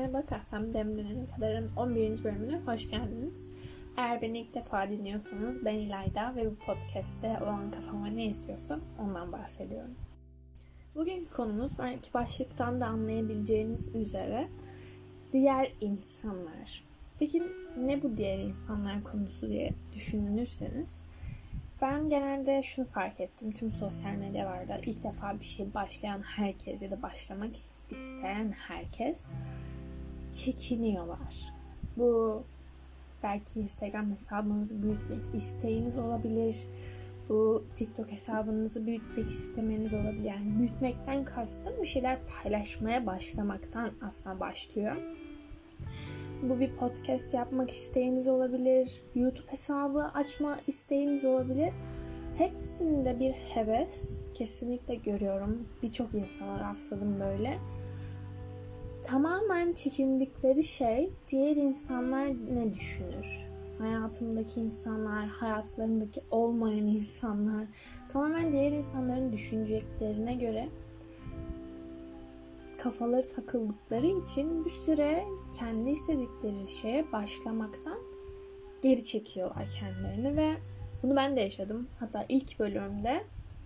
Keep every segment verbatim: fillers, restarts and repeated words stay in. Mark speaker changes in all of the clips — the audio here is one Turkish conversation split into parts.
Speaker 1: merhaba, kahvem demlenene kadarın on birinci bölümüne hoş geldiniz. Eğer beni ilk defa dinliyorsanız ben İlayda ve bu podcast'te o an kafama ne istiyorsam ondan bahsediyorum. Bugünkü konumuz belki başlıktan da anlayabileceğiniz üzere diğer insanlar. Peki ne bu diğer insanlar konusu diye düşünürseniz ben genelde şunu fark ettim tüm sosyal medyalarda ilk defa bir şey başlayan herkes ya da başlamak isteyen herkes çekiniyorlar. Bu belki Instagram hesabınızı büyütmek isteğiniz olabilir. Bu TikTok hesabınızı büyütmek istemeniz olabilir. Yani büyütmekten kastım bir şeyler paylaşmaya başlamaktan aslında başlıyor. Bu bir podcast yapmak isteğiniz olabilir. YouTube hesabı açma isteğiniz olabilir. Hepsinde bir heves kesinlikle görüyorum. Birçok insana rastladım böyle. Tamamen çekindikleri şey diğer insanlar ne düşünür? Hayatımdaki insanlar, hayatlarındaki olmayan insanlar tamamen diğer insanların düşüneceklerine göre kafaları takıldıkları için bir süre kendi istedikleri şeye başlamaktan geri çekiyorlar kendilerini ve bunu ben de yaşadım. Hatta ilk bölümde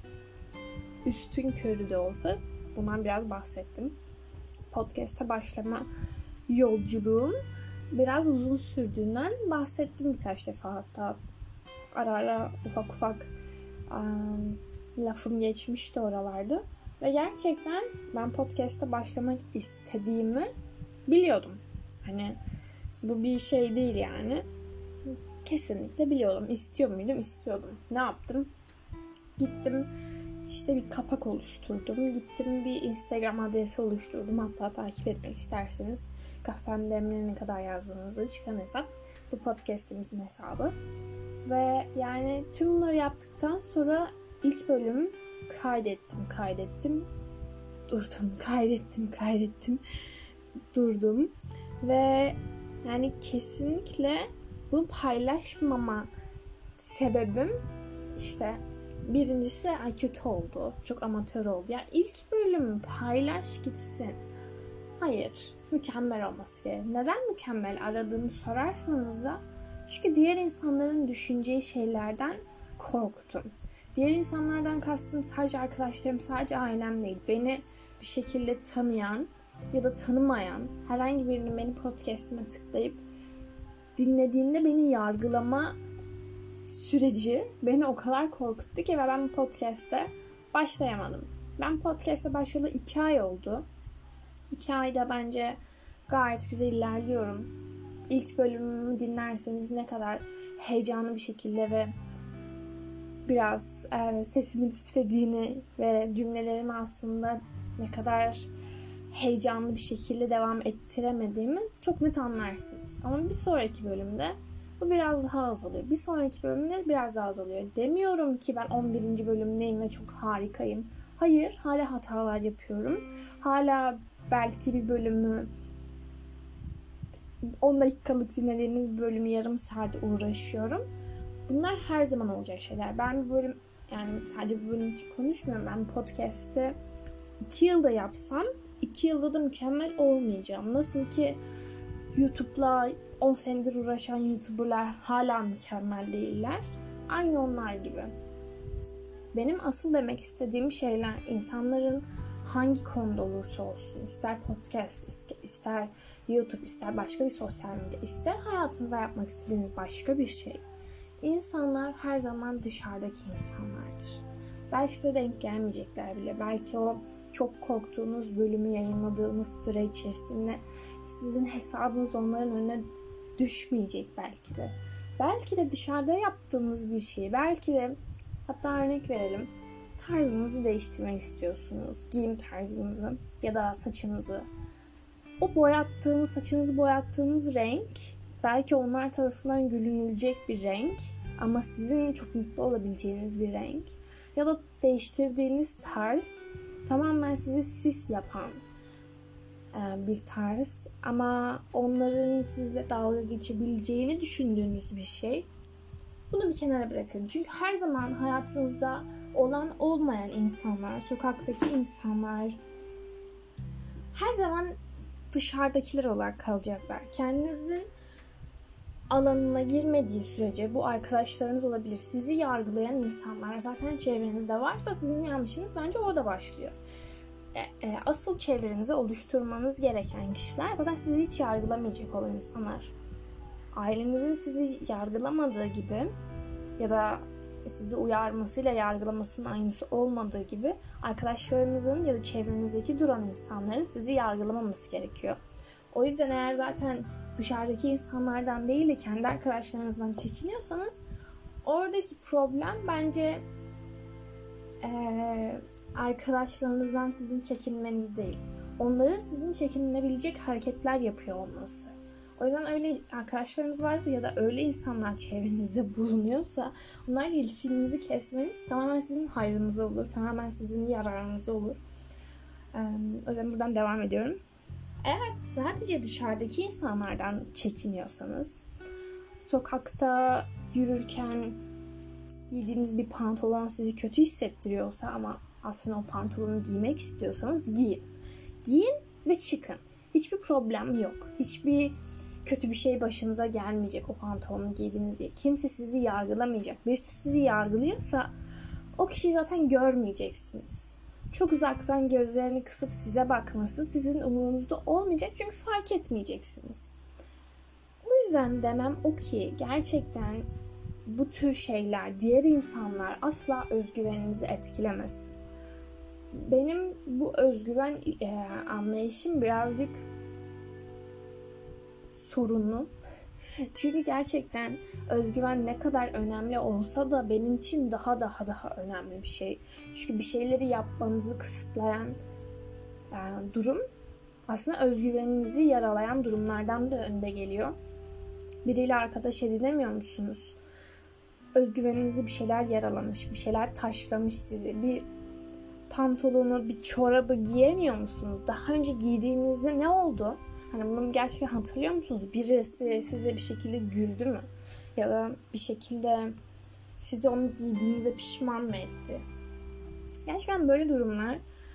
Speaker 1: üstün körü de olsa bundan biraz bahsettim. Podcast'a başlama yolculuğum biraz uzun sürdüğünden bahsettim birkaç defa. Hatta ara ara ufak ufak um, lafım geçmişti oralarda. Ve gerçekten ben podcast'a başlamak istediğimi biliyordum. Hani bu bir şey değil yani. Kesinlikle biliyordum. İstiyor muydum? İstiyordum. Ne yaptım? Gittim işte bir kapak oluşturdum. Gittim bir Instagram adresi oluşturdum. Hatta takip etmek isterseniz kahvem demlenene kadar yazdığınızda çıkan hesap bu podcast'imizin hesabı. Ve yani tüm bunları yaptıktan sonra ilk bölümü kaydettim, kaydettim, durdum, kaydettim, kaydettim, durdum. Ve yani kesinlikle bunu paylaşmama sebebim işte birincisi ay kötü oldu. Çok amatör oldu. Ya yani ilk bölümü paylaş gitsin. Hayır. Mükemmel olması gerek. Neden mükemmel aradığımı sorarsanız da çünkü diğer insanların düşüneceği şeylerden korktum. Diğer insanlardan kastım sadece arkadaşlarım, sadece ailem değil. Beni bir şekilde tanıyan ya da tanımayan herhangi birinin benim podcast'ime tıklayıp dinlediğinde beni yargılama süreci beni o kadar korkuttu ki ve ben bu podcast'e başlayamadım. Ben podcast'e başlayalı iki ay oldu. İki ayda bence gayet güzel ilerliyorum. İlk bölümümü dinlerseniz ne kadar heyecanlı bir şekilde ve biraz e, sesimin titrediğini ve cümlelerimi aslında ne kadar heyecanlı bir şekilde devam ettiremediğimi çok net anlarsınız. Ama bir sonraki bölümde bu biraz daha azalıyor. Bir sonraki bölümde biraz daha azalıyor. Demiyorum ki ben on birinci bölümdeyim ve çok harikayım. Hayır, hala hatalar yapıyorum. Hala belki bir bölümü on dakikalık dinlediğiniz bir bölümü yarım saat uğraşıyorum. Bunlar her zaman olacak şeyler. Ben bir bölüm, yani sadece bir bölüm için konuşmuyorum. Ben podcast'ı iki yılda yapsam iki yılda da mükemmel olmayacağım. Nasıl ki YouTube'la on senedir uğraşan YouTuber'lar hala mükemmel değiller. Aynı onlar gibi. Benim asıl demek istediğim şeyler insanların hangi konuda olursa olsun, ister podcast, ister YouTube, ister başka bir sosyal medya, ister hayatında yapmak istediğiniz başka bir şey. İnsanlar her zaman dışarıdaki insanlardır. Belki size denk gelmeyecekler bile. Belki o çok korktuğunuz bölümü yayınladığınız süre içerisinde sizin hesabınız onların önüne düşmeyecek belki de. Belki de dışarıda yaptığınız bir şey, belki de hatta örnek verelim, tarzınızı değiştirmek istiyorsunuz. Giyim tarzınızı ya da saçınızı. O boyattığınız, saçınızı boyattığınız renk belki onlar tarafından gülünülecek bir renk ama sizin çok mutlu olabileceğiniz bir renk. Ya da değiştirdiğiniz tarz tamamen sizi siz yapan bir tarz ama onların sizle dalga geçebileceğini düşündüğünüz bir şey. Bunu bir kenara bırakın. Çünkü her zaman hayatınızda olan olmayan insanlar, sokaktaki insanlar her zaman dışarıdakiler olarak kalacaklar. Kendinizin alanına girmediği sürece bu arkadaşlarınız olabilir. Sizi yargılayan insanlar zaten çevrenizde varsa sizin yanlışınız bence orada başlıyor. E, e, asıl çevrenizi oluşturmanız gereken kişiler zaten sizi hiç yargılamayacak olan insanlar. Ailenizin sizi yargılamadığı gibi ya da sizi uyarmasıyla yargılamasının aynısı olmadığı gibi arkadaşlarınızın ya da çevrenizdeki duran insanların sizi yargılamaması gerekiyor. O yüzden eğer zaten dışarıdaki insanlardan değil de kendi arkadaşlarınızdan çekiniyorsanız oradaki problem bence ee, arkadaşlarınızdan sizin çekinmeniz değil. Onların sizin çekinilebilecek hareketler yapıyor olması. O yüzden öyle arkadaşlarınız varsa ya da öyle insanlar çevrenizde bulunuyorsa onlarla ilişkinizi kesmeniz tamamen sizin hayrınıza olur. Tamamen sizin yararınıza olur. Ee, o yüzden buradan devam ediyorum. Eğer sadece dışarıdaki insanlardan çekiniyorsanız, sokakta yürürken giydiğiniz bir pantolon sizi kötü hissettiriyorsa ama aslında o pantolonu giymek istiyorsanız giyin. Giyin ve çıkın. Hiçbir problem yok. Hiçbir kötü bir şey başınıza gelmeyecek o pantolonu giydiğiniz diye. Kimse sizi yargılamayacak. Birisi sizi yargılıyorsa o kişiyi zaten görmeyeceksiniz. Çok uzaktan gözlerini kısıp size bakması sizin umurunuzda olmayacak çünkü fark etmeyeceksiniz. O yüzden demem o ki gerçekten bu tür şeyler, diğer insanlar asla özgüveninizi etkilemesin. Benim bu özgüven e, anlayışım birazcık sorunlu. Çünkü gerçekten özgüven ne kadar önemli olsa da benim için daha daha daha önemli bir şey. Çünkü bir şeyleri yapmanızı kısıtlayan e, durum aslında özgüveninizi yaralayan durumlardan da önde geliyor. Biriyle arkadaş edinemiyor musunuz? Özgüveninizi bir şeyler yaralamış, bir şeyler taşlamış sizi. Bir pantolonu, bir çorabı giyemiyor musunuz? Daha önce giydiğinizde ne oldu? Hani bunu gerçekten hatırlıyor musunuz? Birisi size bir şekilde güldü mü? Ya da bir şekilde size onu giydiğinize pişman mı etti? Gerçekten böyle durumlar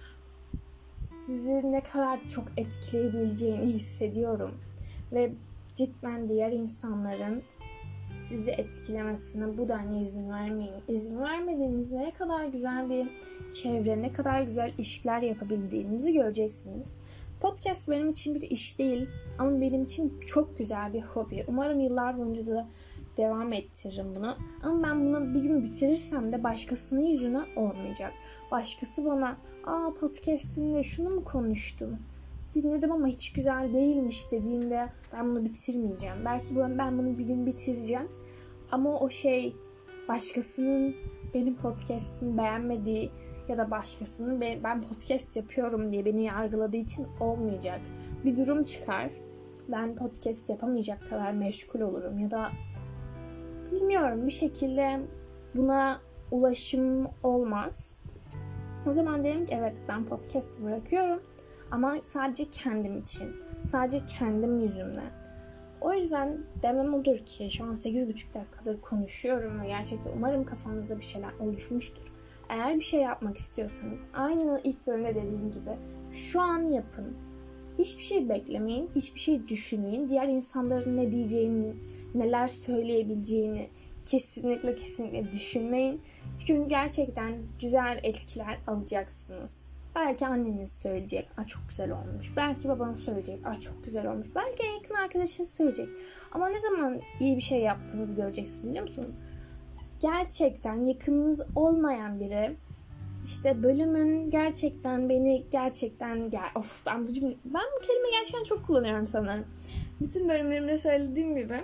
Speaker 1: sizi ne kadar çok etkileyebileceğini hissediyorum. Ve cidden diğer insanların sizi etkilemesine bu denli izin vermeyin. İzin vermediğinizde ne kadar güzel bir çevre, ne kadar güzel işler yapabildiğinizi göreceksiniz. Podcast benim için bir iş değil ama benim için çok güzel bir hobi. Umarım yıllar boyunca da devam ettiririm bunu. Ama ben bunu bir gün bitirirsem de başkasının yüzüne olmayacak. Başkası bana "Aa, podcast'inde şunu mu konuştun? Dinledim ama hiç güzel değilmiş" dediğinde ben bunu bitirmeyeceğim. Belki ben bunu bir gün bitireceğim. Ama o şey başkasının benim podcast'imi beğenmediği ya da başkasının ben podcast yapıyorum diye beni yargıladığı için olmayacak. Bir durum çıkar. Ben podcast yapamayacak kadar meşgul olurum ya da bilmiyorum bir şekilde buna ulaşım olmaz. O zaman derim ki evet ben podcast'ı bırakıyorum ama sadece kendim için. Sadece kendim yüzümden. O yüzden demem odur ki şu an sekiz buçuk dakikadır konuşuyorum ve gerçekten umarım kafanızda bir şeyler oluşmuştur. Eğer bir şey yapmak istiyorsanız aynı ilk bölümde dediğim gibi şu an yapın. Hiçbir şey beklemeyin, hiçbir şey düşünmeyin. Diğer insanların ne diyeceğini, neler söyleyebileceğini kesinlikle kesinlikle düşünmeyin. Çünkü gerçekten güzel etkiler alacaksınız. Belki anneniz söyleyecek, "Aa, çok güzel olmuş." Belki babanız söyleyecek, "Aa, çok güzel olmuş." Belki en yakın arkadaşınız söyleyecek. Ama ne zaman iyi bir şey yaptığınızı göreceksiniz biliyor musunuz? Gerçekten yakınınız olmayan biri işte bölümün gerçekten beni gerçekten gel of ben bu cümle ben bu kelimeyi gerçekten çok kullanıyorum sanırım. Bütün bölümlerimde söylediğim gibi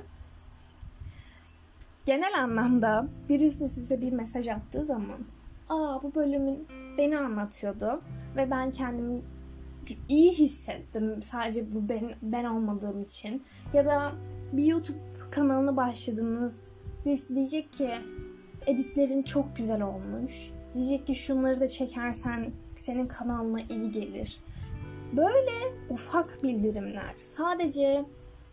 Speaker 1: genel anlamda birisi size bir mesaj attığı zaman "Aa, bu bölümün beni anlatıyordu ve ben kendimi iyi hissettim sadece bu ben, ben olmadığım için." Ya da bir YouTube kanalına başladınız. Birisi diyecek ki editlerin çok güzel olmuş. Diyecek ki şunları da çekersen senin kanalına iyi gelir. Böyle ufak bildirimler sadece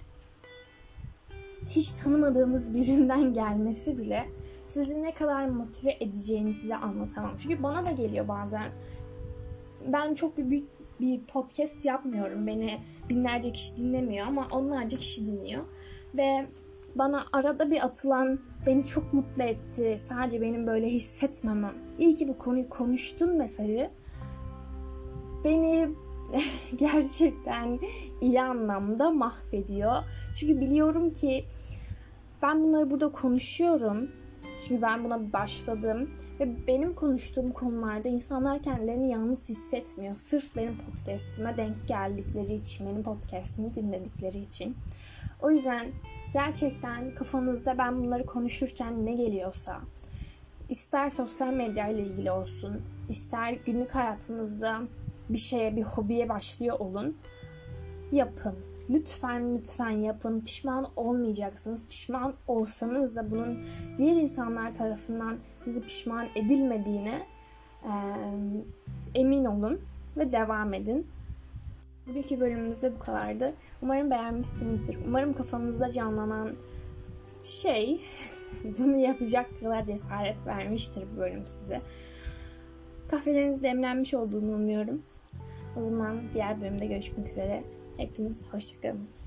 Speaker 1: hiç tanımadığınız birinden gelmesi bile sizi ne kadar motive edeceğini size anlatamam. Çünkü bana da geliyor bazen. Ben çok büyük bir podcast yapmıyorum. Beni binlerce kişi dinlemiyor ama onlarca kişi dinliyor. Ve bana arada bir atılan, beni çok mutlu etti, sadece benim böyle hissetmemem, İyi ki bu konuyu konuştun mesajı beni gerçekten iyi anlamda mahvediyor. Çünkü biliyorum ki ben bunları burada konuşuyorum. Çünkü ben buna başladım ve benim konuştuğum konularda insanlar kendilerini yalnız hissetmiyor. Sırf benim podcast'ime denk geldikleri için, benim podcast'imi dinledikleri için. O yüzden gerçekten kafanızda ben bunları konuşurken ne geliyorsa, ister sosyal medya ile ilgili olsun, ister günlük hayatınızda bir şeye, bir hobiye başlıyor olun, yapın. Lütfen lütfen yapın. Pişman olmayacaksınız. Pişman olsanız da bunun diğer insanlar tarafından sizi pişman edilmediğine e, emin olun ve devam edin. Bugünkü bölümümüzde bu kadardı. Umarım beğenmişsinizdir. Umarım kafanızda canlanan şey bunu yapacak kadar cesaret vermiştir bu bölüm size. Kahveleriniz demlenmiş olduğunu umuyorum. O zaman diğer bölümde görüşmek üzere. Hepiniz hoşça kalın.